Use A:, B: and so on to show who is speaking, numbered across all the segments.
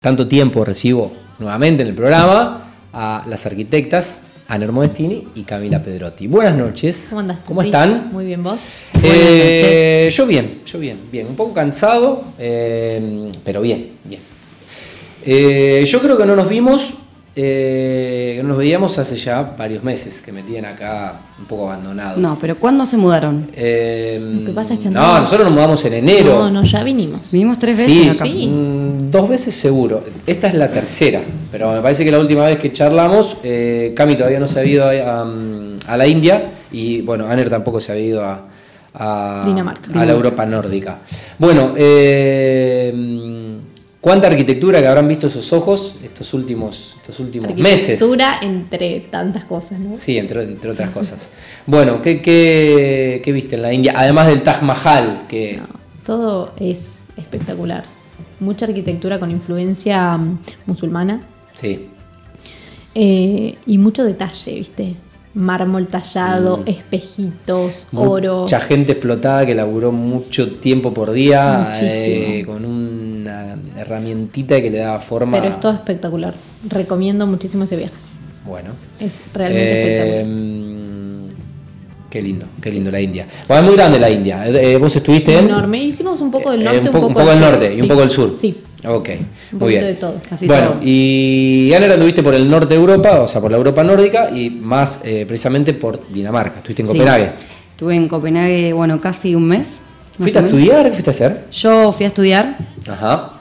A: Tanto tiempo recibo nuevamente en el programa a las arquitectas Aner Modestini y Camila Pedrotti. Buenas noches.
B: ¿Cómo andás?
A: ¿Cómo están?
B: Muy bien, ¿vos?
A: Buenas noches. Yo bien. Un poco cansado, pero bien. Yo creo que no nos vimos, no nos veíamos hace ya varios meses, que me tienen acá un poco abandonado.
C: No, pero ¿cuándo se mudaron?
B: Lo que pasa es que
A: no, nosotros nos mudamos en enero.
B: No, ya vinimos.
C: Vinimos 3 veces
A: Sí,
C: acá.
B: Sí.
A: 2 veces seguro. Esta es la tercera, pero me parece que la última vez que charlamos, Cami todavía no se había ido a la India y bueno, Aner tampoco se había ido a
B: Dinamarca.
A: A la Europa nórdica. Bueno, ¿cuánta arquitectura que habrán visto esos ojos estos últimos meses?
B: Arquitectura entre tantas cosas, ¿no?
A: Sí, entre otras cosas. Bueno, ¿qué viste en la India? Además del Taj Mahal, que...
B: No, todo es espectacular. Mucha arquitectura con influencia musulmana.
A: Sí.
B: Y mucho detalle, ¿viste? Mármol tallado, espejitos, oro.
A: Mucha gente explotada que laburó mucho tiempo por día con una herramientita que le daba forma.
B: Pero es todo espectacular. Recomiendo muchísimo ese viaje.
A: Bueno.
B: Es realmente espectacular.
A: Qué lindo la India. Bueno, es muy grande la India. ¿Vos estuviste en?
B: Enorme. Hicimos un poco del norte,
A: un poco del norte y un poco del sur.
B: Sí.
A: Ok,
B: Un
A: muy bien.
B: poquito de todo.
C: Casi
A: Bueno,
C: todo.
A: y Aner, anduviste por el norte de Europa, o sea, por la Europa nórdica y más precisamente por Dinamarca. Estuviste en
C: Sí.
A: Copenhague.
C: Estuve en Copenhague, casi un mes. más
A: ¿Fuiste a
C: o menos.
A: estudiar? ¿Qué fuiste a hacer?
C: Yo fui a estudiar
A: Ajá.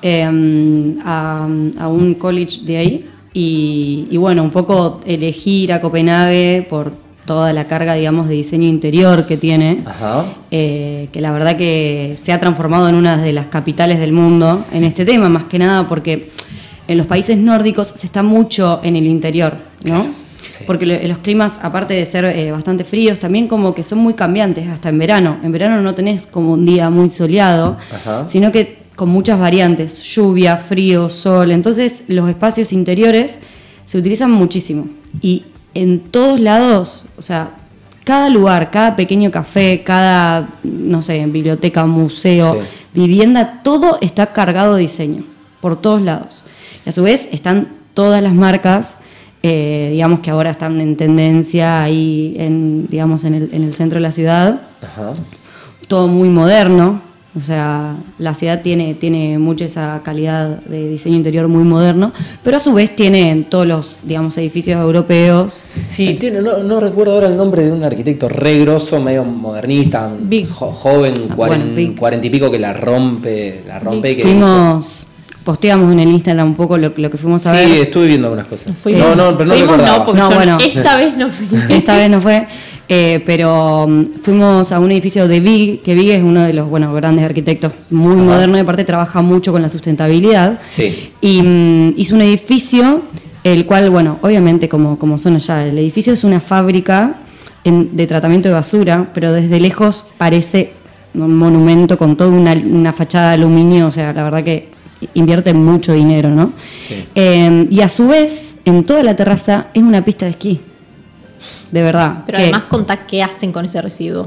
C: a un college de ahí y un poco elegí ir a Copenhague por toda la carga, digamos, de diseño interior que tiene,
A: Ajá.
C: que la verdad que se ha transformado en una de las capitales del mundo en este tema, más que nada porque en los países nórdicos se está mucho en el interior, ¿no?
A: Sí.
C: Porque los climas, aparte de ser bastante fríos, también como que son muy cambiantes, hasta en verano. En verano no tenés como un día muy soleado,
A: Ajá.
C: sino que con muchas variantes, lluvia, frío, sol. Entonces los espacios interiores se utilizan muchísimo. Y en todos lados, o sea, cada lugar, cada pequeño café, cada, no sé, biblioteca, museo,
A: Sí.
C: vivienda, todo está cargado de diseño, por todos lados. Y a su vez están todas las marcas, digamos que ahora están en tendencia ahí, en el centro de la ciudad,
A: Ajá.
C: todo muy moderno. O sea, la ciudad tiene mucho esa calidad de diseño interior muy moderno, pero a su vez tiene todos los, edificios europeos.
A: Sí, no recuerdo ahora el nombre de un arquitecto re grosso, medio modernista,
B: Big.
A: joven,
C: Big.
A: 40 y pico que la rompe y que
C: Posteamos en el Instagram un poco lo que fuimos a ver.
A: Sí, estuve viendo algunas cosas.
B: Fuimos,
A: pero no
B: fuimos,
A: recordaba.
B: porque
C: No,
B: yo
C: bueno.
B: esta vez no fui.
C: Esta vez no fue, pero fuimos a un edificio de Big, que Big es uno de los grandes arquitectos, muy
A: Ajá.
C: moderno y aparte trabaja mucho con la sustentabilidad.
A: Sí.
C: Y hizo un edificio, el cual, obviamente como son allá, el edificio es una fábrica de tratamiento de basura, pero desde lejos parece un monumento con toda una fachada de aluminio, o sea, la verdad que invierte mucho dinero, ¿no?
A: Sí.
C: Y a su vez, en toda la terraza es una pista de esquí. De verdad.
B: Pero
C: que,
B: además contá qué hacen con ese residuo.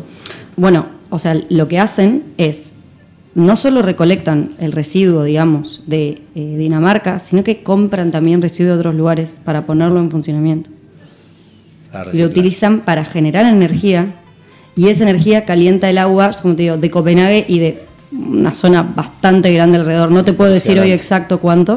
C: Lo que hacen es, no solo recolectan el residuo, digamos, de Dinamarca, sino que compran también residuo de otros lugares para ponerlo en funcionamiento. Y lo utilizan para generar energía, y esa energía calienta el agua, como te digo, de Copenhague y de una zona bastante grande alrededor. No te puedo decir hoy exacto cuánto,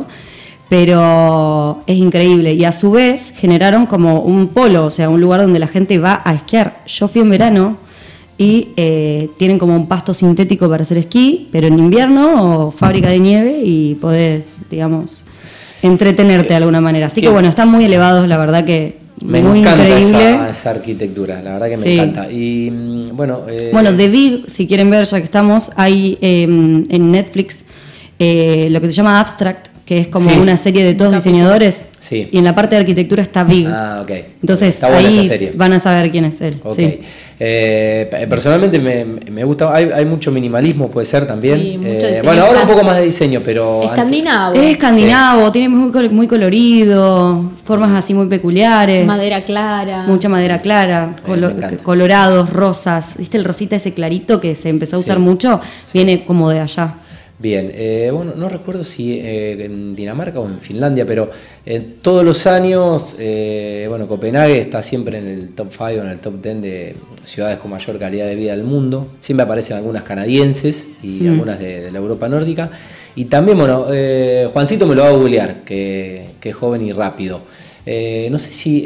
C: pero es increíble. Y a su vez generaron como un polo, o sea, un lugar donde la gente va a esquiar. Yo fui en verano y tienen como un pasto sintético para hacer esquí, pero en invierno, o fábrica de nieve, y podés, entretenerte de alguna manera. Así que están muy elevados, la verdad que
A: Me
C: muy
A: encanta
C: increíble.
A: esa arquitectura, la verdad que me
C: Sí.
A: encanta. Y
C: De Big, si quieren ver, ya que estamos, hay en Netflix lo que se llama Abstract, que es como
A: Sí.
C: una serie de todos
A: Sí.
C: diseñadores. Y en la parte de arquitectura está Big.
A: Ah, ok.
C: Entonces
A: Está buena
C: ahí
A: esa serie.
C: van a saber quién es él.
A: Ok.
C: Sí.
A: Personalmente me gusta, hay mucho minimalismo, puede ser también.
B: Sí, mucho diseño.
A: Ahora un poco más de diseño, pero...
B: Escandinavo.
C: Es escandinavo, tiene muy colorido, formas así muy peculiares.
B: Madera clara.
C: Mucha madera clara,
A: me encanta.
C: colorados, rosas. ¿Viste el rosita ese clarito que se empezó a usar
A: Sí.
C: mucho? Viene como de allá.
A: Bien, bueno, no recuerdo si en Dinamarca o en Finlandia, pero todos los años, bueno, Copenhague está siempre en el top 5 o en el top 10 de ciudades con mayor calidad de vida del mundo. Siempre aparecen algunas canadienses y algunas de la Europa nórdica. Y también, bueno, Juancito me lo va a googlear, que es joven y rápido. No sé si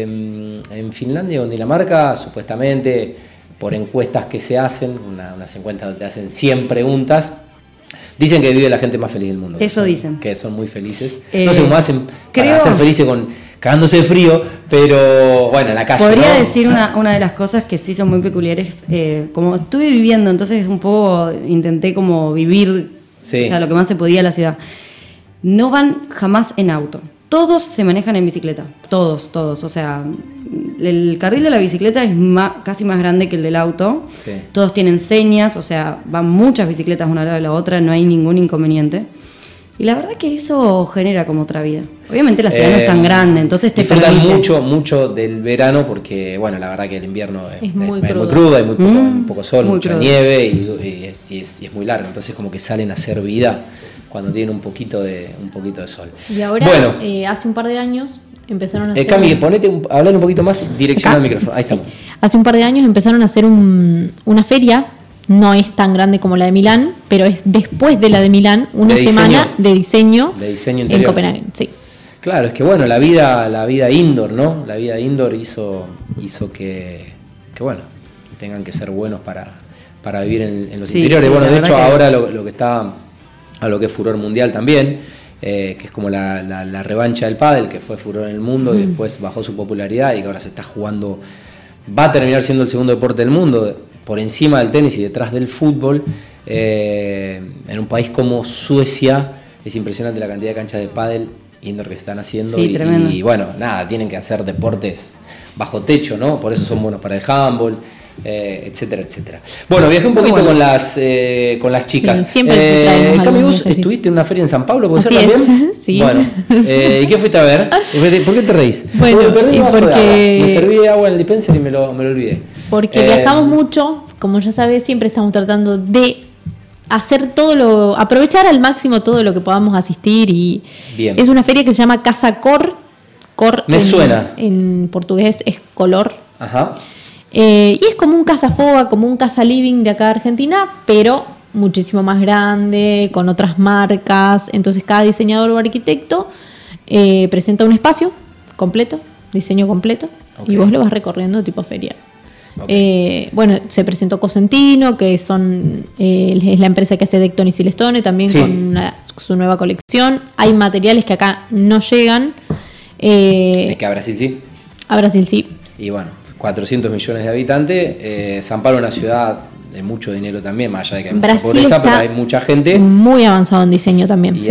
A: en Finlandia o en Dinamarca, supuestamente, por encuestas que se hacen, unas encuestas donde hacen 100 preguntas, dicen que vive la gente más feliz del mundo.
C: Eso dicen.
A: Que son muy felices. No sé cómo hacen
C: creo,
A: para ser felices cagándose de frío, pero bueno, en la calle.
C: Podría
A: ¿no?
C: decir una de las cosas que sí son muy peculiares. Como estuve viviendo, entonces un poco intenté como vivir,
A: sí,
C: o sea, lo que más se podía en la ciudad. No van jamás en auto. Todos se manejan en bicicleta. Todos. O sea, el carril de la bicicleta es casi más grande que el del auto.
A: Sí.
C: Todos tienen señas, o sea, van muchas bicicletas una al lado de la otra, no hay ningún inconveniente. Y la verdad que eso genera como otra vida. Obviamente la ciudad no es tan grande, entonces te
A: disfrutan
C: permite...
A: mucho del verano porque, bueno, la verdad que el invierno es muy
B: crudo,
A: hay muy poco sol, mucha
C: crudo.
A: nieve y es muy largo. Entonces como que salen a hacer vida cuando tienen un poquito de sol.
B: Y ahora,
A: bueno,
B: hace un par de años empezaron a hacer...
A: Cami, hablar un poquito más, dirección al micrófono. Ahí estamos.
B: Sí. Hace un par de años empezaron a hacer una feria. No es tan grande como la de Milán, pero es después de la de Milán, una semana de diseño en Copenhague. Sí.
A: Claro, es que bueno, la vida indoor, ¿no? La vida indoor hizo que bueno, tengan que ser buenos para vivir en los interiores.
C: Sí,
A: bueno, de hecho, ahora lo que está a lo que es furor mundial también, que es como la revancha del pádel, que fue furor en el mundo y después bajó su popularidad y que ahora se está jugando, va a terminar siendo el segundo deporte del mundo, por encima del tenis y detrás del fútbol. En un país como Suecia es impresionante la cantidad de canchas de pádel indoor que se están haciendo.
C: Sí, tremendo.
A: Y bueno, nada, tienen que hacer deportes bajo techo, ¿no? Por eso son buenos para el handball, etcétera, etcétera. Bueno, viajé un poquito con las chicas.
B: Sí, siempre traemos
A: Cami,
B: algún
A: vos
B: viajecito.
A: ¿estuviste en una feria en San Pablo? ¿Puede ser
B: Así es,
A: también?
B: sí.
A: Bueno, ¿y qué fuiste a ver? ¿Por qué te reís?
B: Bueno,
A: perdí un vaso de agua.
B: porque...
A: Me serví agua en el dispenser y me lo olvidé.
B: Porque viajamos mucho, como ya sabes, siempre estamos tratando de hacer aprovechar al máximo todo lo que podamos asistir. Y
A: bien.
B: Es una feria que se llama Casa Cor.
A: Me suena.
B: En portugués es color.
A: Ajá.
B: Y es como un casa foga, como un casa living de acá de Argentina, pero muchísimo más grande, con otras marcas. Entonces cada diseñador o arquitecto presenta un espacio completo, diseño completo,
A: Okay.
B: y vos lo vas recorriendo tipo feria.
A: Okay.
B: Bueno, se presentó Cosentino, que es la empresa que hace Decton y Silestone, también
A: sí,
B: con su nueva colección. Hay materiales que acá no llegan.
A: Es que a Brasil sí.
B: A Brasil sí.
A: Y bueno, 400 millones de habitantes. San Pablo es una ciudad de mucho dinero también, más allá de que hay mucha
B: Brasil
A: pobreza, pero
B: está
A: hay mucha gente.
B: Muy avanzado en diseño también.
A: Y
B: Sí.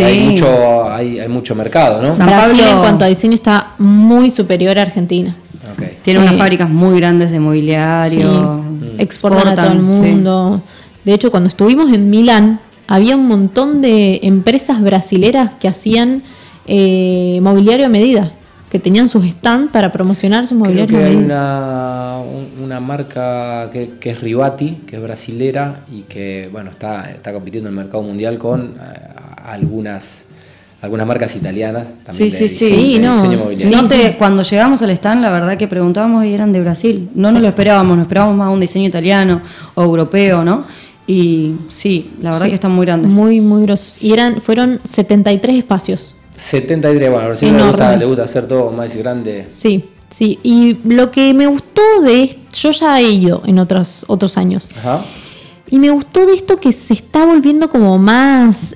A: hay mucho mercado, ¿no?
C: San
B: Brasil
C: Pablo-
B: en cuanto a diseño está muy superior a Argentina.
A: Okay.
C: Tiene
B: Sí.
C: unas fábricas muy grandes de mobiliario.
B: Exportan a todo el
C: sí.
B: mundo. De hecho, cuando estuvimos en Milán, había un montón de empresas brasileras que hacían mobiliario a medida, que tenían sus stands para promocionar su
A: Creo
B: mobiliario
A: que
B: a
A: hay
B: medida.
A: una marca que es Ribati, que es brasilera y que bueno está compitiendo en el mercado mundial con algunas marcas italianas también
C: Sí,
A: de
C: sí, sí.
A: diseño,
B: Sí,
A: de
B: no.
A: diseño mobiliario.
C: Cuando llegamos al stand, la verdad que preguntábamos y eran de Brasil. No nos lo esperábamos, nos esperábamos más un diseño italiano o europeo, ¿no? Y sí, la verdad
B: Sí,
C: que están muy grandes.
B: Muy, muy grosos. Y fueron 73 espacios.
A: 73, bueno, a Brasil
B: Enorme.
A: le gusta hacer todo más grande.
B: Sí, sí. Y lo que me gustó de esto, yo ya he ido en otros años.
A: Ajá.
B: Y me gustó de esto que se está volviendo como más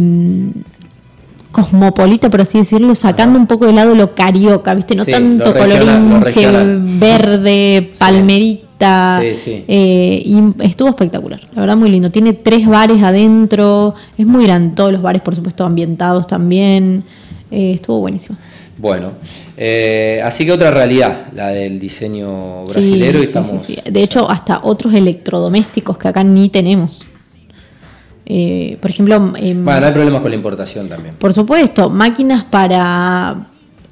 B: cosmopolita, por así decirlo, sacando un poco de lado lo carioca, ¿viste? No
A: Sí,
B: tanto
A: lo regional, lo
B: colorín
A: regional.
B: verde, palmerita.
A: Sí, sí.
B: Y estuvo espectacular, la verdad muy lindo. Tiene 3 bares adentro, es muy grande, todos los bares por supuesto ambientados también. Estuvo buenísimo.
A: Bueno, así que otra realidad, la del diseño brasilero, y
B: Sí,
A: estamos...
B: sí, sí. De hecho, hasta otros electrodomésticos que acá ni tenemos. Por ejemplo,
A: Bueno, no hay problemas con la importación también.
B: por supuesto, máquinas para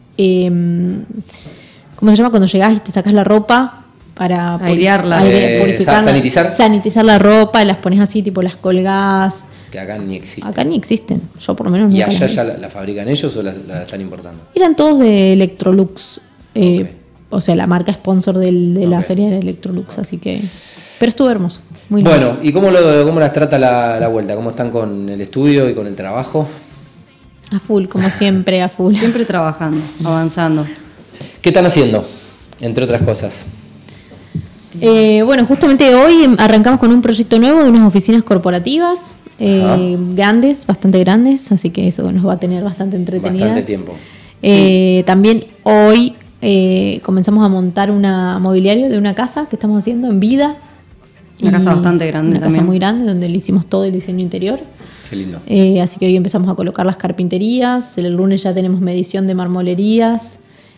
B: ¿cómo se llama? Cuando llegás y te sacas la ropa para
C: Airearla.
B: purificarla,
A: Sanitizar.
B: sanitizar la ropa, las pones así, tipo las colgás.
A: que acá ni existen.
B: Acá ni existen, yo por lo menos
A: ¿Y
B: nunca
A: allá
B: las vi.
A: ya la fabrican ellos o la están importando?
B: Eran todos de Electrolux.
A: Ok.
B: O sea, la marca sponsor de la
A: Ok.
B: feria era Electrolux, así que... Pero estuvo hermoso, muy lindo.
A: Bueno, ¿y cómo las trata la vuelta? ¿Cómo están con el estudio y con el trabajo?
B: A full, como siempre, a full.
C: Siempre trabajando, avanzando.
A: ¿Qué están haciendo? Entre otras cosas.
B: Bueno, justamente hoy arrancamos con un proyecto nuevo de unas oficinas corporativas grandes, bastante grandes, así que eso nos va a tener bastante entretenidas.
A: Bastante tiempo.
B: También hoy comenzamos a montar un mobiliario de una casa que estamos haciendo en vida.
C: Una casa bastante grande
B: Una casa
C: también.
B: muy grande donde le hicimos todo el diseño interior.
A: Qué lindo.
B: Así que hoy empezamos a colocar las carpinterías. El lunes ya tenemos medición de marmolerías.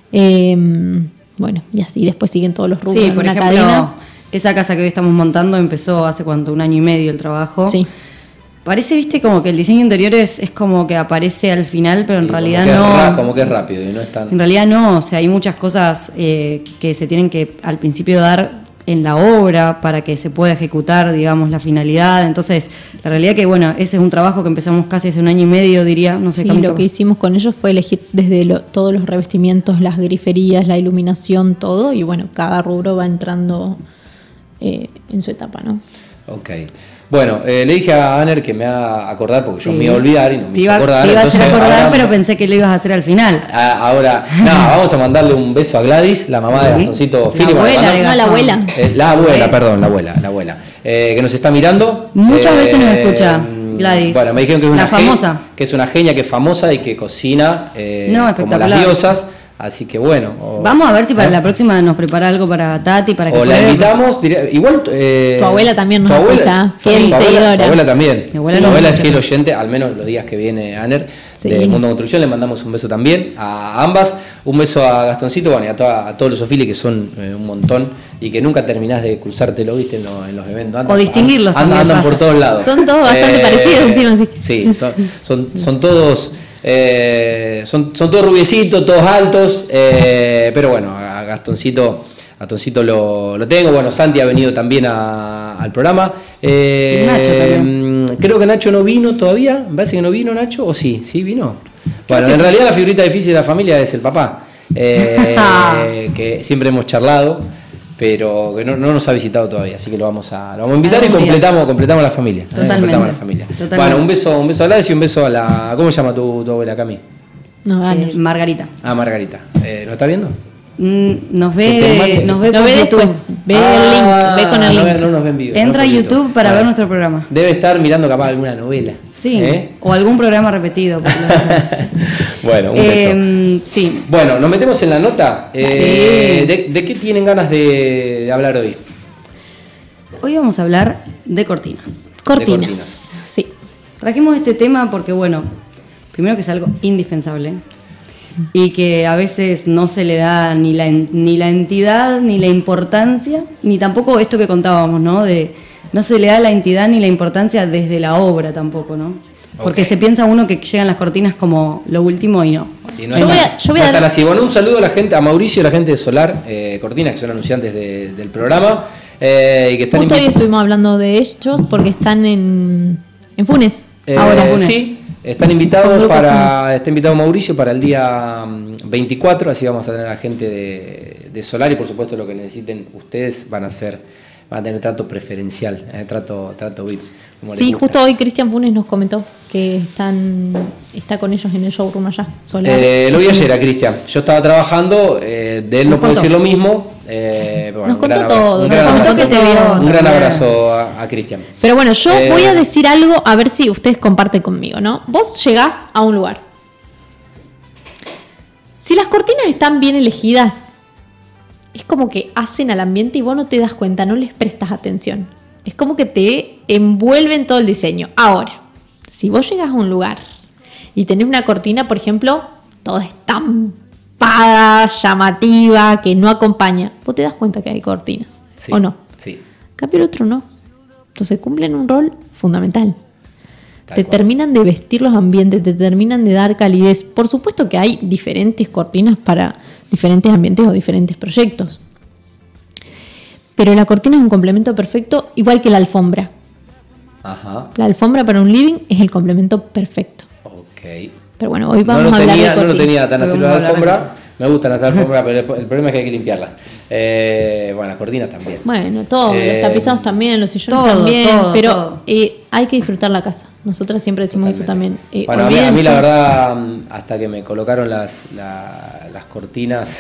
B: Bueno, y así después siguen todos los rubros
C: Sí,
B: en
C: por
B: una
C: ejemplo,
B: cadena.
C: esa casa que hoy estamos montando empezó hace cuánto, 1 año y medio el trabajo.
B: Sí.
C: Parece, viste, como que el diseño interior es como que aparece al final, pero en
A: Y
C: realidad
A: como que es rápido y no es tan...
C: En realidad no, o sea, hay muchas cosas que se tienen que al principio dar en la obra para que se pueda ejecutar, digamos, la finalidad. Entonces, la realidad que, bueno, ese es un trabajo que empezamos casi hace 1 año y medio, diría, no sé
B: Sí,
C: cuánto.
B: lo que hicimos con ellos fue elegir desde todos los revestimientos, las griferías, la iluminación, todo. Y bueno, cada rubro va entrando en su etapa, ¿no?
A: Ok. Bueno, le dije a Aner que me va a acordar porque yo
C: Sí.
A: me iba a olvidar y no me
C: Te
A: hizo
C: iba
A: acordar.
C: a hacer
A: entonces
C: acordar,
A: ahora-
C: pero pensé que lo ibas a hacer al final.
A: Ahora, vamos a mandarle un beso a Gladys, la mamá de
C: Sí.
A: Gastoncito
C: La
A: Philip.
C: abuela
A: Bueno,
C: de
B: No, la
C: Gastón.
B: abuela.
A: la abuela, perdón, la abuela. Que nos está mirando.
C: Muchas veces nos escucha, Gladys.
A: Bueno, me dijeron que es
C: La
A: una
C: famosa.
A: que es una genia, que es famosa y que cocina
C: No,
A: como
C: espectacular.
A: las diosas. Así que bueno.
C: Vamos a ver si para la próxima nos prepara algo para Tati, para que
A: O la
C: pruebe.
A: invitamos, igual...
B: Tu abuela también nos
A: tu abuela-
B: escucha, fiel
A: tu abuela-
B: seguidora.
A: Tu abuela también.
C: Mi abuela
A: Tu
C: nos
A: abuela es
C: escucha.
A: fiel oyente, al menos los días que viene Aner
B: Sí.
A: de Mundo Construcción. Le mandamos un beso también a ambas. Un beso a Gastoncito, bueno, y a todos los Ofiles que son un montón y que nunca terminás de cruzártelo, viste, en los eventos.
C: O distinguirlos también
A: Andan
C: pasa.
A: por todos lados.
B: Son todos bastante parecidos encima, sí.
A: Sí, son todos... son todos rubiecitos, todos altos, pero bueno, a Gastoncito lo tengo. Bueno, Santi ha venido también al programa.
C: Nacho también.
A: Creo que Nacho no vino todavía. Me parece que no vino Nacho, o sí vino. Bueno, en realidad la figurita difícil de la familia es el papá, que siempre hemos charlado, pero que no nos ha visitado todavía, así que lo vamos a invitar y
C: Algún día.
A: completamos la familia. Completamos la familia.
C: Totalmente.
A: Bueno, un beso a Gladys y un beso a la... ¿Cómo se llama tu abuela, Cami?
B: No, Aner.
C: Margarita.
A: Ah, Margarita. ¿Nos está viendo?
C: Nos
A: Que te
C: ve,
A: mande.
C: nos ve
B: Lo
C: por
B: ve
C: YouTube.
B: después, ve el link, ve con el link.
A: No nos ven vivo.
C: Entra a
A: no por
C: YouTube para ver nuestro programa.
A: Debe estar mirando capaz alguna novela.
C: Sí,
A: ¿Eh?
C: o algún programa repetido.
A: Bueno, un beso.
C: Sí,
A: Bueno, nos metemos en la nota.
C: Sí.
A: ¿De qué tienen ganas de hablar hoy?
C: hoy vamos a hablar de cortinas.
B: Cortinas.
A: cortinas.
B: Sí.
C: Trajimos este tema porque, bueno, primero que es algo indispensable y que a veces no se le da ni la entidad, ni la importancia, ni tampoco esto que contábamos, ¿no? De no se le da la entidad ni la importancia desde la obra tampoco, ¿no? Porque
A: Ok.
C: se piensa uno que llegan las cortinas como lo último y no.
A: Y no
B: Yo
A: hay
B: voy a-
A: más.
B: yo voy a
A: No están
B: dar-
A: así. Bueno, un saludo a la gente, a Mauricio y a la gente de Solar Cortinas, que son anunciantes del programa. Y que están
B: Justo hoy
A: invitados.
B: estuvimos hablando de ellos porque están en Funes. Ahora Funes.
A: Sí, están
B: Con
A: invitados
B: Grupo
A: está invitado Mauricio para el día 24, así vamos a tener a la gente de Solar y por supuesto lo que necesiten ustedes van a tener trato preferencial, trato VIP. como les
B: Sí,
A: gusta.
B: justo hoy Cristian Funes nos comentó que está con ellos en el showroom allá. Solar.
A: Lo vi ayer a Cristian. Yo estaba trabajando, de él no
C: Nos
A: puedo
C: contó.
A: decir lo mismo. Pero bueno,
B: Nos
A: un
B: contó
A: gran abrazo,
B: todo,
A: un
B: nos
A: gran
B: contó
A: abrazo.
B: que te vio
A: Un gran
C: también.
A: abrazo a Cristian.
B: Pero bueno, yo
A: Eh,
B: voy a decir algo a ver si ustedes comparten conmigo, ¿no? Vos llegás a un lugar. Si las cortinas están bien elegidas, es como que hacen al ambiente y vos no te das cuenta, no les prestas atención. Es como que te envuelven todo el diseño. Ahora, si vos llegas a un lugar y tenés una cortina, por ejemplo, toda estampada, llamativa, que no acompaña, vos te das cuenta que hay cortinas,
A: Sí,
B: ¿o no?
A: Sí.
B: En cambio el otro no. Entonces cumplen un rol fundamental.
A: Tal
B: Te
A: cual.
B: terminan de vestir los ambientes, te terminan de dar calidez. Por supuesto que hay diferentes cortinas para diferentes ambientes o diferentes proyectos. Pero la cortina es un complemento perfecto, igual que la alfombra.
A: Ajá.
B: La alfombra para un living es el complemento perfecto.
A: Ok.
B: Pero bueno, hoy vamos a hablar de cortinas.
A: No lo tenía tan así
C: Vamos
A: la
C: a hablar de
A: alfombra. Me gustan las alfombras, pero el problema es que hay que limpiarlas. Bueno, las cortinas también.
B: Bueno, todo, los tapizados también, los sillones
C: todo,
B: también,
C: todo,
B: pero
C: todo.
B: Hay que disfrutar la casa. Nosotras siempre decimos eso también.
A: Bueno, a mí la verdad, hasta que me colocaron las cortinas,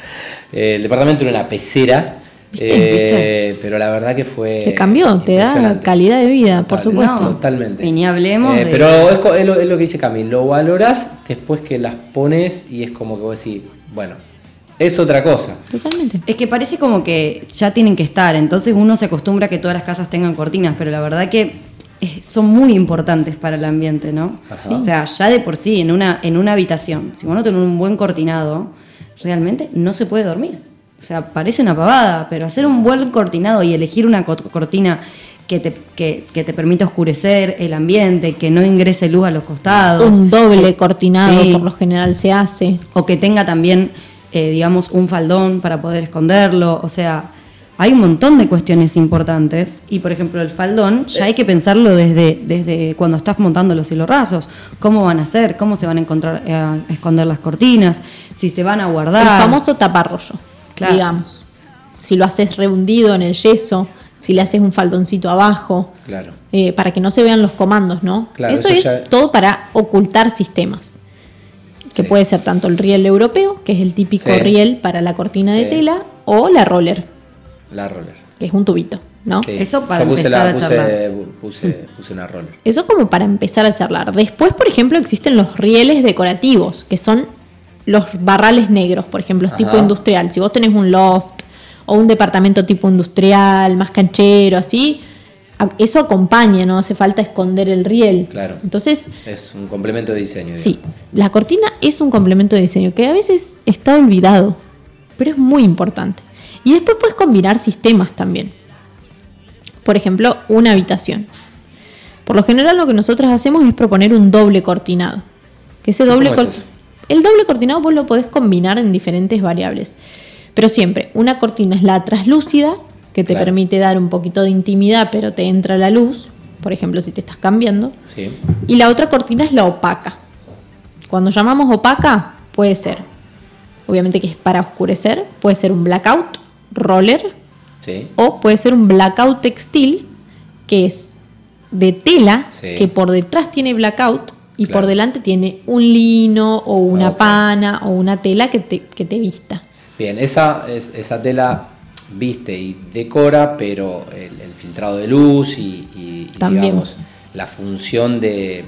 A: el departamento era una pecera.
C: ¿Viste?
A: Pero la verdad que fue.
B: Te cambió, te da calidad de vida, por supuesto.
C: No,
A: totalmente.
C: y ni hablemos de...
A: Pero es lo que dice Cami, lo valorás después que las pones y es como que vos decís, bueno, es otra cosa.
B: Totalmente.
C: Es que parece como que ya tienen que estar, entonces uno se acostumbra a que todas las casas tengan cortinas, pero la verdad que son muy importantes para el ambiente, ¿no?
A: Ajá.
C: O sea, ya de por sí, en una habitación, si vos no tenés un buen cortinado, realmente no se puede dormir. O sea, parece una pavada, pero hacer un buen cortinado y elegir una cortina que te permita oscurecer el ambiente, que no ingrese luz a los costados.
B: Un doble cortinado,
C: sí,
B: por lo general se hace.
C: o que tenga también, digamos, un faldón para poder esconderlo. O sea, hay un montón de cuestiones importantes. Y, por ejemplo, el faldón ya hay que pensarlo desde cuando estás montando los hilorrasos. ¿Cómo van a hacer? ¿Cómo se van a esconder las cortinas? Si se van a guardar.
B: El famoso taparrollo,
C: Claro.
B: digamos. Si lo haces rehundido en el yeso, si le haces un faldoncito abajo,
A: Claro.
B: para que no se vean los comandos, ¿no?
A: Claro,
B: eso
A: eso
B: es
A: ya...
B: todo para ocultar sistemas. Que
A: Sí.
B: puede ser tanto el riel europeo, que es el típico
A: Sí.
B: riel para la cortina de
A: Sí.
B: tela, o la roller,
A: La roller.
B: que es un tubito, ¿no?
A: Sí.
C: Eso para
A: Yo
C: empezar a charlar.
A: puse una roller.
B: Eso como para empezar a charlar. Después, por ejemplo, existen los rieles decorativos, que son los barrales negros, por ejemplo,
A: Ajá.
B: tipo industrial. Si vos tenés un loft o un departamento tipo industrial, más canchero, así, eso acompaña, no hace falta esconder el riel.
A: Claro.
B: Entonces,
A: Es un complemento de diseño.
B: sí, la cortina es un complemento de diseño que a veces está olvidado, pero es muy importante. Y después puedes combinar sistemas también. Por ejemplo, una habitación. Por lo general lo que nosotros hacemos es proponer un doble cortinado. Que ese doble
A: ¿Cómo es eso?
B: El doble cortinado vos lo podés combinar en diferentes variables. Pero siempre, una cortina es la traslúcida, que te
A: Claro.
B: permite dar un poquito de intimidad, pero te entra la luz. Por ejemplo, si te estás cambiando.
A: Sí.
B: Y la otra cortina es la opaca. Cuando llamamos opaca, puede ser, obviamente que es para oscurecer, puede ser un blackout, roller,
A: Sí.
B: o puede ser un blackout textil, que es de tela,
A: Sí.
B: que por detrás tiene blackout y
A: Claro.
B: por delante tiene un lino o una
A: Ok.
B: pana o una tela que te vista.
A: Bien, esa tela viste y decora, pero el filtrado de luz y
B: También.
A: digamos, la función de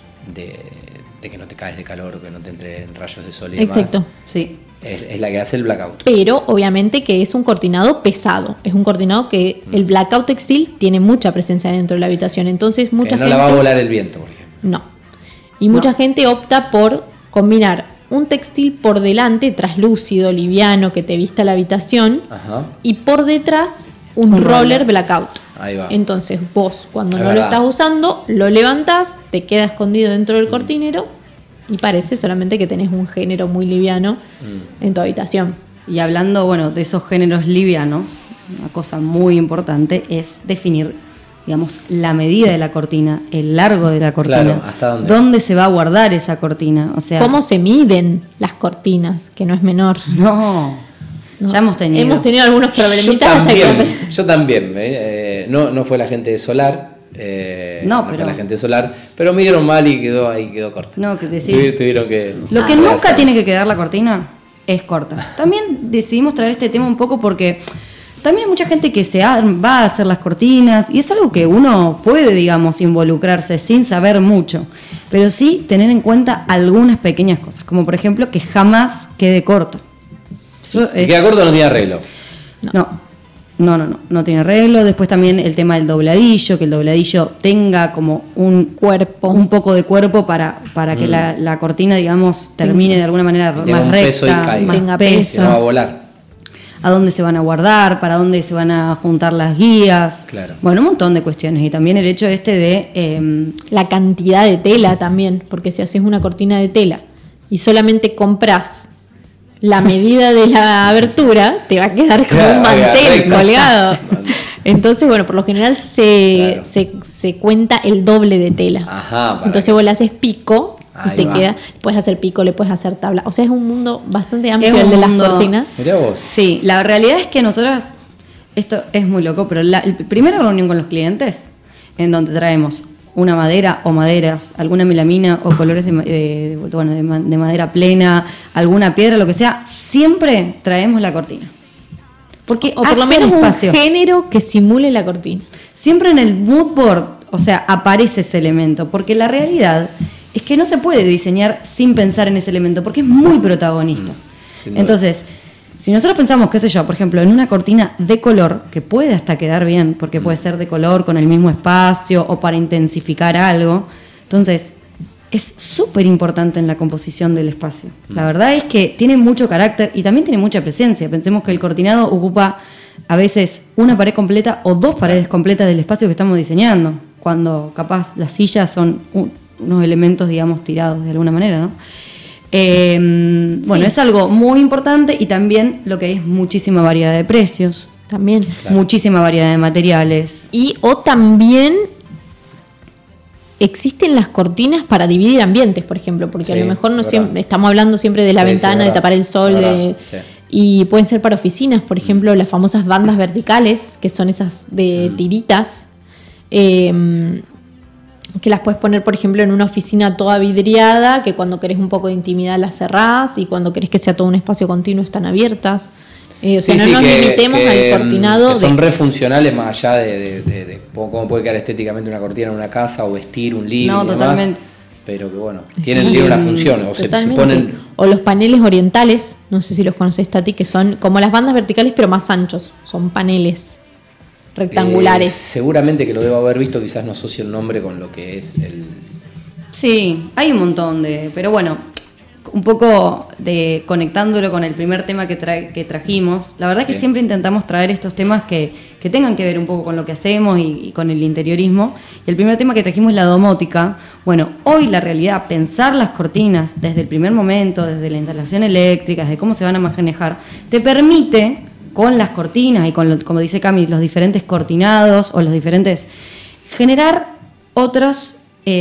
A: que no te caes de calor, que no te entren rayos de sol y demás,
B: Exacto.
C: Sí.
A: es la que hace el blackout.
B: Pero obviamente que es un cortinado pesado, es un cortinado que el blackout textil tiene mucha presencia dentro de la habitación, entonces mucha
A: Que no
B: gente...
A: la va a volar el viento, por ejemplo.
B: No. Y mucha gente opta por combinar un textil por delante, traslúcido, liviano, que te vista la habitación,
A: Ajá.
B: y por detrás un
C: Un
B: roller
C: roller.
B: blackout.
A: Ahí va.
B: Entonces vos, cuando
A: Es
B: no lo
A: verdad.
B: estás usando, lo levantás, te queda escondido dentro del cortinero y parece solamente que tenés un género muy liviano en tu habitación.
C: Y hablando, bueno, de esos géneros livianos, una cosa muy importante es definir, digamos, la medida de la cortina, el largo de la cortina.
A: Claro, ¿hasta dónde?
C: se va a guardar esa cortina? O sea,
B: ¿Cómo se miden las cortinas? Que no es menor.
C: No,
B: ¿no?
C: ya hemos tenido.
B: algunos problemitas hasta que...
A: Yo también. No fue la gente de Solar.
C: No,
A: fue
C: pero-
A: la gente de Solar. Pero midieron mal y quedó corta.
C: No, que decís-
A: Tuvieron que.
C: Lo que
A: rehacer.
C: nunca tiene que quedar la cortina es corta. También decidimos traer este tema un poco porque también hay mucha gente que va a hacer las cortinas y es algo que uno puede, digamos, involucrarse sin saber mucho, pero sí tener en cuenta algunas pequeñas cosas, como por ejemplo que jamás quede corto. Eso
A: Si
C: es-
A: queda corto no tiene arreglo.
C: No tiene arreglo. Después también el tema del dobladillo, que el dobladillo tenga como un poco de cuerpo para que la cortina, digamos, termine de alguna manera
A: Y tenga
C: más
A: un peso y
C: recta,
A: caiga.
C: más
B: Tenga
A: Que
C: peso.
A: no va a volar.
C: A dónde se van a guardar, para dónde se van a juntar las guías.
A: Claro.
C: Bueno, un montón de cuestiones. Y también el hecho de
B: La cantidad de tela también, porque si haces una cortina de tela y solamente compras la medida de la abertura, te va a quedar como
A: Claro,
B: un mantel
A: recto.
B: colgado. Entonces, bueno, por lo general
A: Claro.
B: se cuenta el doble de tela.
A: Ajá, para
B: Entonces
A: que-
B: vos le haces pico
A: Ahí
B: y te
A: va.
B: queda, puedes hacer pico, le puedes hacer tabla. O sea, es un mundo bastante amplio
C: Es
B: el
C: un
B: de las
C: mundo-
B: cortinas.
A: Mirá vos.
C: Sí, la realidad es que nosotras, esto es muy loco, pero la primera reunión con los clientes, en donde traemos una madera o maderas, alguna melamina o colores de madera plena, alguna piedra, lo que sea, siempre traemos la cortina. Porque
B: O por lo
C: hace
B: menos
C: espacio.
B: un género que simule la cortina.
C: Siempre en el mood board, o sea, aparece ese elemento, porque la realidad es que no se puede diseñar sin pensar en ese elemento, porque es muy protagonista.
A: Sin duda.
C: Entonces, si nosotros pensamos, qué sé yo, por ejemplo, en una cortina de color, que puede hasta quedar bien, porque puede ser de color con el mismo espacio o para intensificar algo, entonces es súper importante en la composición del espacio. La verdad es que tiene mucho carácter y también tiene mucha presencia. Pensemos que el cortinado ocupa a veces una pared completa o dos paredes completas del espacio que estamos diseñando, cuando capaz las sillas son unos elementos, digamos, tirados de alguna manera, ¿no? Bueno,
B: Sí.
C: es algo muy importante y también lo que es muchísima variedad de precios,
B: También.
A: Claro.
C: muchísima variedad de materiales.
B: Y o también existen las cortinas para dividir ambientes, por ejemplo, porque
A: Sí,
B: a lo mejor no
A: es
B: siempre
A: verdad.
B: estamos hablando siempre de la
A: Sí, sí,
B: ventana,
A: es
B: de
A: verdad.
B: tapar el sol,
A: Es verdad,
B: de,
A: sí.
B: y pueden ser para oficinas, por ejemplo, las famosas bandas verticales, que son esas de tiritas, que las puedes poner, por ejemplo, en una oficina toda vidriada, que cuando querés un poco de intimidad las cerrás, y cuando querés que sea todo un espacio continuo están abiertas. O sea,
A: Sí,
B: no
A: sí,
B: nos limitemos al cortinado.
A: que son
B: de-
A: re funcionales más allá de cómo puede quedar estéticamente una cortina en una casa o vestir un living
C: No,
A: y demás,
C: totalmente.
A: pero que bueno, tienen una función, o se
B: Totalmente.
A: ponen...
B: O los paneles orientales, no sé si los conoces, Tati, que son como las bandas verticales pero más anchos, son paneles rectangulares.
A: Seguramente que lo debo haber visto, quizás no asocio el nombre con lo que es el...
C: Sí, hay un montón de... Pero bueno, un poco de conectándolo con el primer tema que trajimos, la verdad es que
A: Sí.
C: siempre intentamos traer estos temas que tengan que ver un poco con lo que hacemos y con el interiorismo. Y el primer tema que trajimos es la domótica. Bueno, hoy la realidad, pensar las cortinas desde el primer momento, desde la instalación eléctrica, desde cómo se van a manejar, te permite, con las cortinas y con, como dice Cami, los diferentes cortinados o los diferentes, generar otros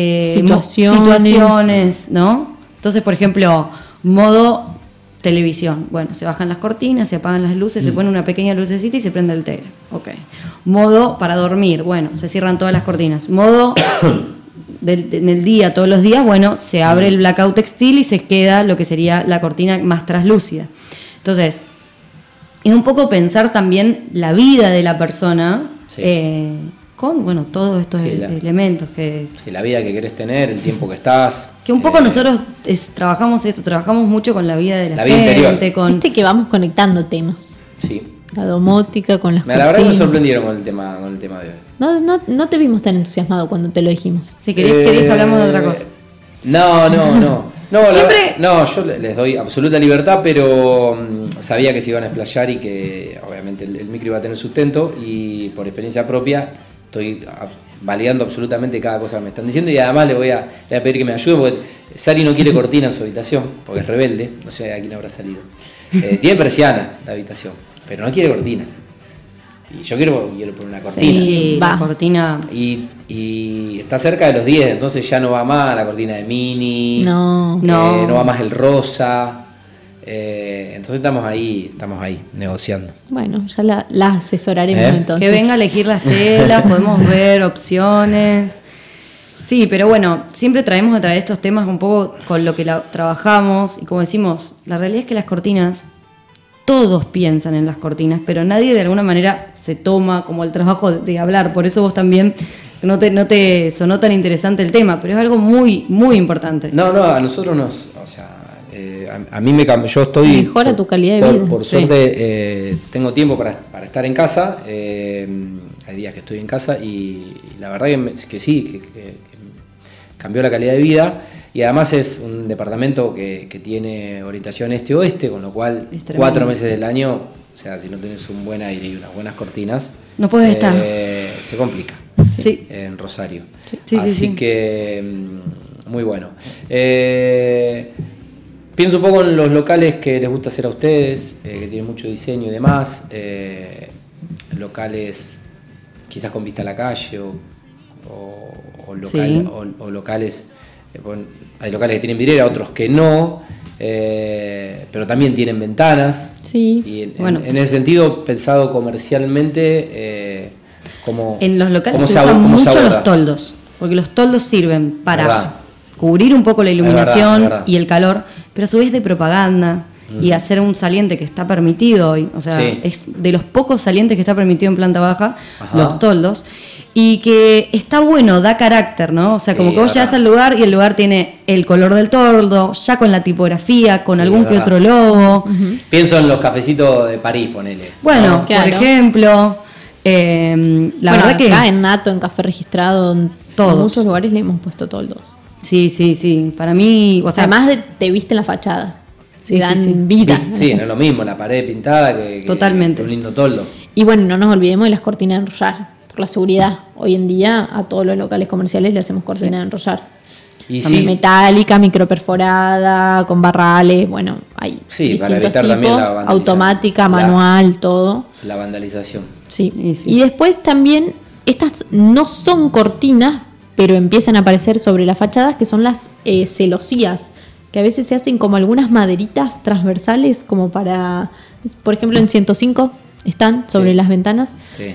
C: situaciones, ¿no? Entonces, por ejemplo, modo televisión. Bueno, se bajan las cortinas, se apagan las luces, se pone una pequeña lucecita y se prende el tele. Ok. Modo para dormir. Bueno, se cierran todas las cortinas. Modo en el día, todos los días, bueno, se abre el blackout textil y se queda lo que sería la cortina más traslúcida. Entonces, es un poco pensar también la vida de la persona
A: Sí.
C: con, bueno, todos estos
A: Sí,
C: elementos que
A: Sí, la vida que querés tener, el tiempo que estás.
C: que un poco nosotros trabajamos esto, trabajamos mucho con la vida de la
A: La vida
C: gente,
A: interior.
C: con...
B: Viste que vamos conectando temas.
A: Sí.
B: La domótica con las
A: La verdad que me
B: cortinas.
A: sorprendieron con el tema de hoy.
B: No te vimos tan entusiasmado cuando te lo dijimos.
C: Si querés que hablamos de otra cosa.
A: No. No,
C: Siempre-
A: yo les doy absoluta libertad, pero sabía que se iban a explayar y que obviamente el micro iba a tener sustento y por experiencia propia estoy validando absolutamente cada cosa que me están diciendo y además le voy a pedir que me ayuden porque Sari no quiere cortina en su habitación porque es rebelde, no sé a quién habrá salido. Tiene persiana la habitación, pero no quiere cortina. Y yo quiero poner una cortina.
C: Sí, la
B: va.
C: cortina...
A: Y está cerca de los 10, entonces ya no va más la cortina de mini,
B: No.
C: No.
A: no va más el rosa, entonces estamos ahí negociando.
B: Bueno, ya la asesoraremos entonces.
C: Que venga a elegir las telas, podemos ver opciones. Sí, pero bueno, siempre traemos a traer estos temas un poco con lo que trabajamos y como decimos, la realidad es que las cortinas, todos piensan en las cortinas, pero nadie de alguna manera se toma como el trabajo de hablar, por eso vos también no te sonó tan interesante el tema, pero es algo muy, muy importante.
A: No, a nosotros o sea, a mí me cambió, yo estoy...
B: Mejora tu calidad de vida.
A: Por
C: Sí.
A: suerte tengo tiempo para estar en casa, hay días que estoy en casa y la verdad que sí, que cambió la calidad de vida. Y además es un departamento que tiene orientación este-oeste, con lo cual
C: Es tremendo.
A: 4 meses del año, o sea, si no tenés un buen aire y unas buenas cortinas,
C: No podés estar.
A: se complica
C: Sí.
A: en Rosario.
C: Sí,
A: Así
C: sí.
A: que muy bueno. Pienso un poco en los locales que les gusta hacer a ustedes, que tienen mucho diseño y demás, locales quizás con vista a la calle
C: Sí.
A: o locales. Bueno, hay locales que tienen vidriera, otros que no, pero también tienen ventanas.
B: Sí.
A: Y
C: Bueno.
A: en ese sentido, pensado comercialmente, como
C: En los locales
A: cómo
C: se
A: se
C: usan
A: cómo se
C: mucho
A: aborda.
C: los toldos, porque los toldos sirven para
A: Verdad.
C: cubrir un poco la iluminación
A: verdad.
C: y el calor, pero a su vez de propaganda y hacer un saliente que está permitido hoy. O sea,
A: Sí.
C: es de los pocos salientes que está permitido en planta baja,
A: Ajá.
C: los toldos. Y que está bueno, da carácter, ¿no? O sea, como
A: Sí,
C: que vos
A: verdad.
C: llegás al lugar y el lugar tiene el color del toldo, ya con la tipografía, con
A: Sí,
C: algún que
A: verdad.
C: otro logo.
A: Pienso en los cafecitos de París, ponele.
C: Bueno,
A: ¿no?
B: Claro.
C: por ejemplo, la
B: Bueno,
C: verdad que...
B: acá en Nato, en Café Registrado, en
C: Todos.
B: muchos lugares le hemos puesto toldos.
C: Sí. Para mí, o sea,
B: Además te viste en la fachada.
C: Sí,
B: Te dan
C: sí, sí.
B: vida. a la
A: Sí, no
B: gente.
A: es lo mismo, la pared pintada que
C: Totalmente.
A: un lindo toldo.
B: Y bueno, no nos olvidemos de las cortinas de enrollar. Por la seguridad. Hoy en día a todos los locales comerciales le hacemos cortina de enrollar.
A: Y
B: También
A: sí,
B: metálica, microperforada, con barrales, bueno, hay
A: Sí, para
B: distintos
A: evitar también
B: tipos,
A: la vandalización.
B: automática,
A: La-
B: manual, todo.
A: la vandalización.
B: Sí.
C: Y sí.
B: Y después también, estas no son cortinas, pero empiezan a aparecer sobre las fachadas, que son las celosías, que a veces se hacen como algunas maderitas transversales, como para, por ejemplo, en 105 están sobre
A: Sí.
B: las ventanas.
A: Sí.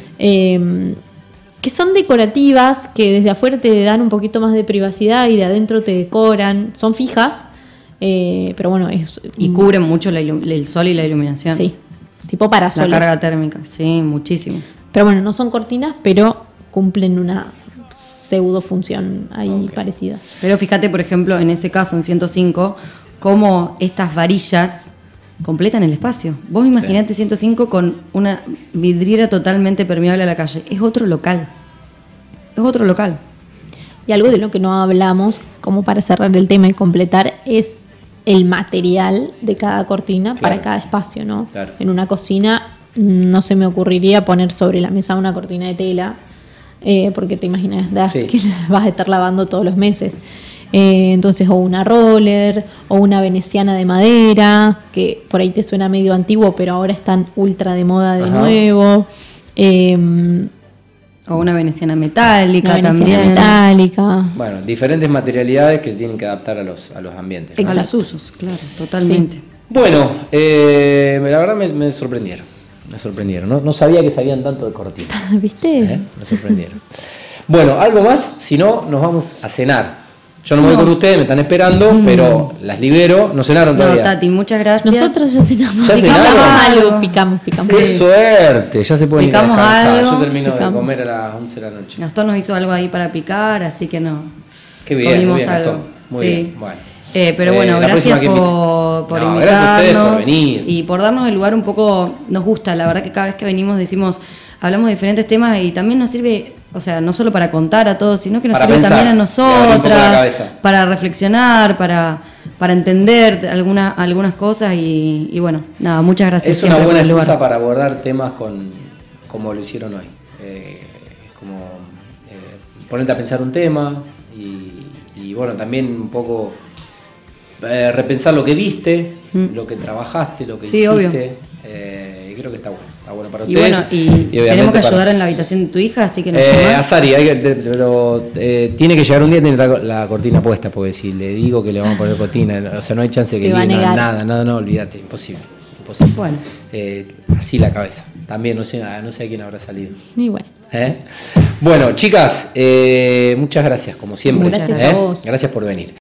B: Que son decorativas, que desde afuera te dan un poquito más de privacidad y de adentro te decoran. Son fijas, pero bueno, es...
C: y cubren mucho el sol y la iluminación.
B: Sí, tipo parasoles.
C: La carga térmica, sí, muchísimo.
B: Pero bueno, no son cortinas, pero cumplen una pseudo función ahí
A: Ok.
B: parecida.
C: Pero fíjate, por ejemplo, en ese caso, en 105, cómo estas varillas completan el espacio. Vos imaginate 105 con una vidriera totalmente permeable a la calle. Es otro local. Es otro local.
B: Y algo de lo que no hablamos, como para cerrar el tema y completar, es el material de cada cortina para
A: Claro.
B: cada espacio, ¿no?
A: Claro.
B: En una cocina no se me ocurriría poner sobre la mesa una cortina de tela, porque te imaginas
A: Sí.
B: que la vas a estar lavando todos los meses. Entonces, o una roller, o una veneciana de madera, que por ahí te suena medio antiguo, pero ahora están ultra de moda de
A: Ajá.
B: nuevo.
C: O una veneciana metálica
B: Una veneciana
C: también.
B: metálica.
A: Bueno, diferentes materialidades que se tienen que adaptar a los ambientes, ¿no?
C: A los usos, claro, totalmente.
A: Bueno, la verdad me sorprendieron. Me sorprendieron. No sabía que sabían tanto de cortinas.
B: ¿Viste?
A: Me sorprendieron. Bueno, algo más, si no, nos vamos a cenar. Yo no me voy con ustedes, me están esperando, pero las libero. No cenaron
C: No,
A: todavía.
C: Tati, muchas gracias.
B: Nosotros ya cenamos.
A: ¿Ya
B: Picamos
A: cenaron?
B: algo, picamos.
A: ¡Qué suerte! Ya se pueden ir a
C: Picamos
A: descansar.
C: algo,
A: Yo termino
B: picamos.
A: de comer a las 11 de la noche.
C: Gastón nos hizo algo ahí para picar, así que no.
A: Qué bien, muy
C: comimos
A: bien,
C: algo.
A: Gastón. Muy
C: Sí.
A: bien, bueno.
C: Pero bueno,
A: La próxima
C: gracias
A: que
C: por
A: No,
C: invitarnos.
A: gracias a ustedes por venir.
C: Y por darnos el lugar un poco, nos gusta, la verdad que cada vez que venimos decimos, hablamos de diferentes temas y también nos sirve, o sea, no solo para contar a todos, sino que nos
A: Para
C: sirve
A: pensar,
C: también a
A: y abrir un poco la
C: nosotras,
A: cabeza.
C: para reflexionar, para entender algunas cosas y bueno, nada, muchas gracias
A: Es una
C: siempre
A: buena
C: por el
A: excusa
C: lugar.
A: para abordar temas como lo hicieron hoy. Como ponerte a pensar un tema y bueno, también un poco repensar lo que viste, lo que trabajaste, lo que
C: Sí,
A: hiciste.
C: obvio.
A: Y creo que está bueno para
C: Y
A: ustedes.
C: bueno, y
A: obviamente
C: tenemos que
A: para-
C: ayudar en la habitación de tu hija, así que nos
A: a
C: llamás.
A: Sari, pero tiene que llegar un día y tener la cortina puesta, porque si le digo que le vamos a poner cortina, o sea, no hay chance de
B: Se
A: que
B: va a
A: diga
B: negar.
A: nada, no, olvídate, imposible.
C: Bueno.
A: Así la cabeza. También no sé a quién habrá salido.
B: Y bueno.
A: Bueno, chicas, muchas gracias, como siempre.
B: Gracias
C: a
B: vos.
A: Gracias por venir.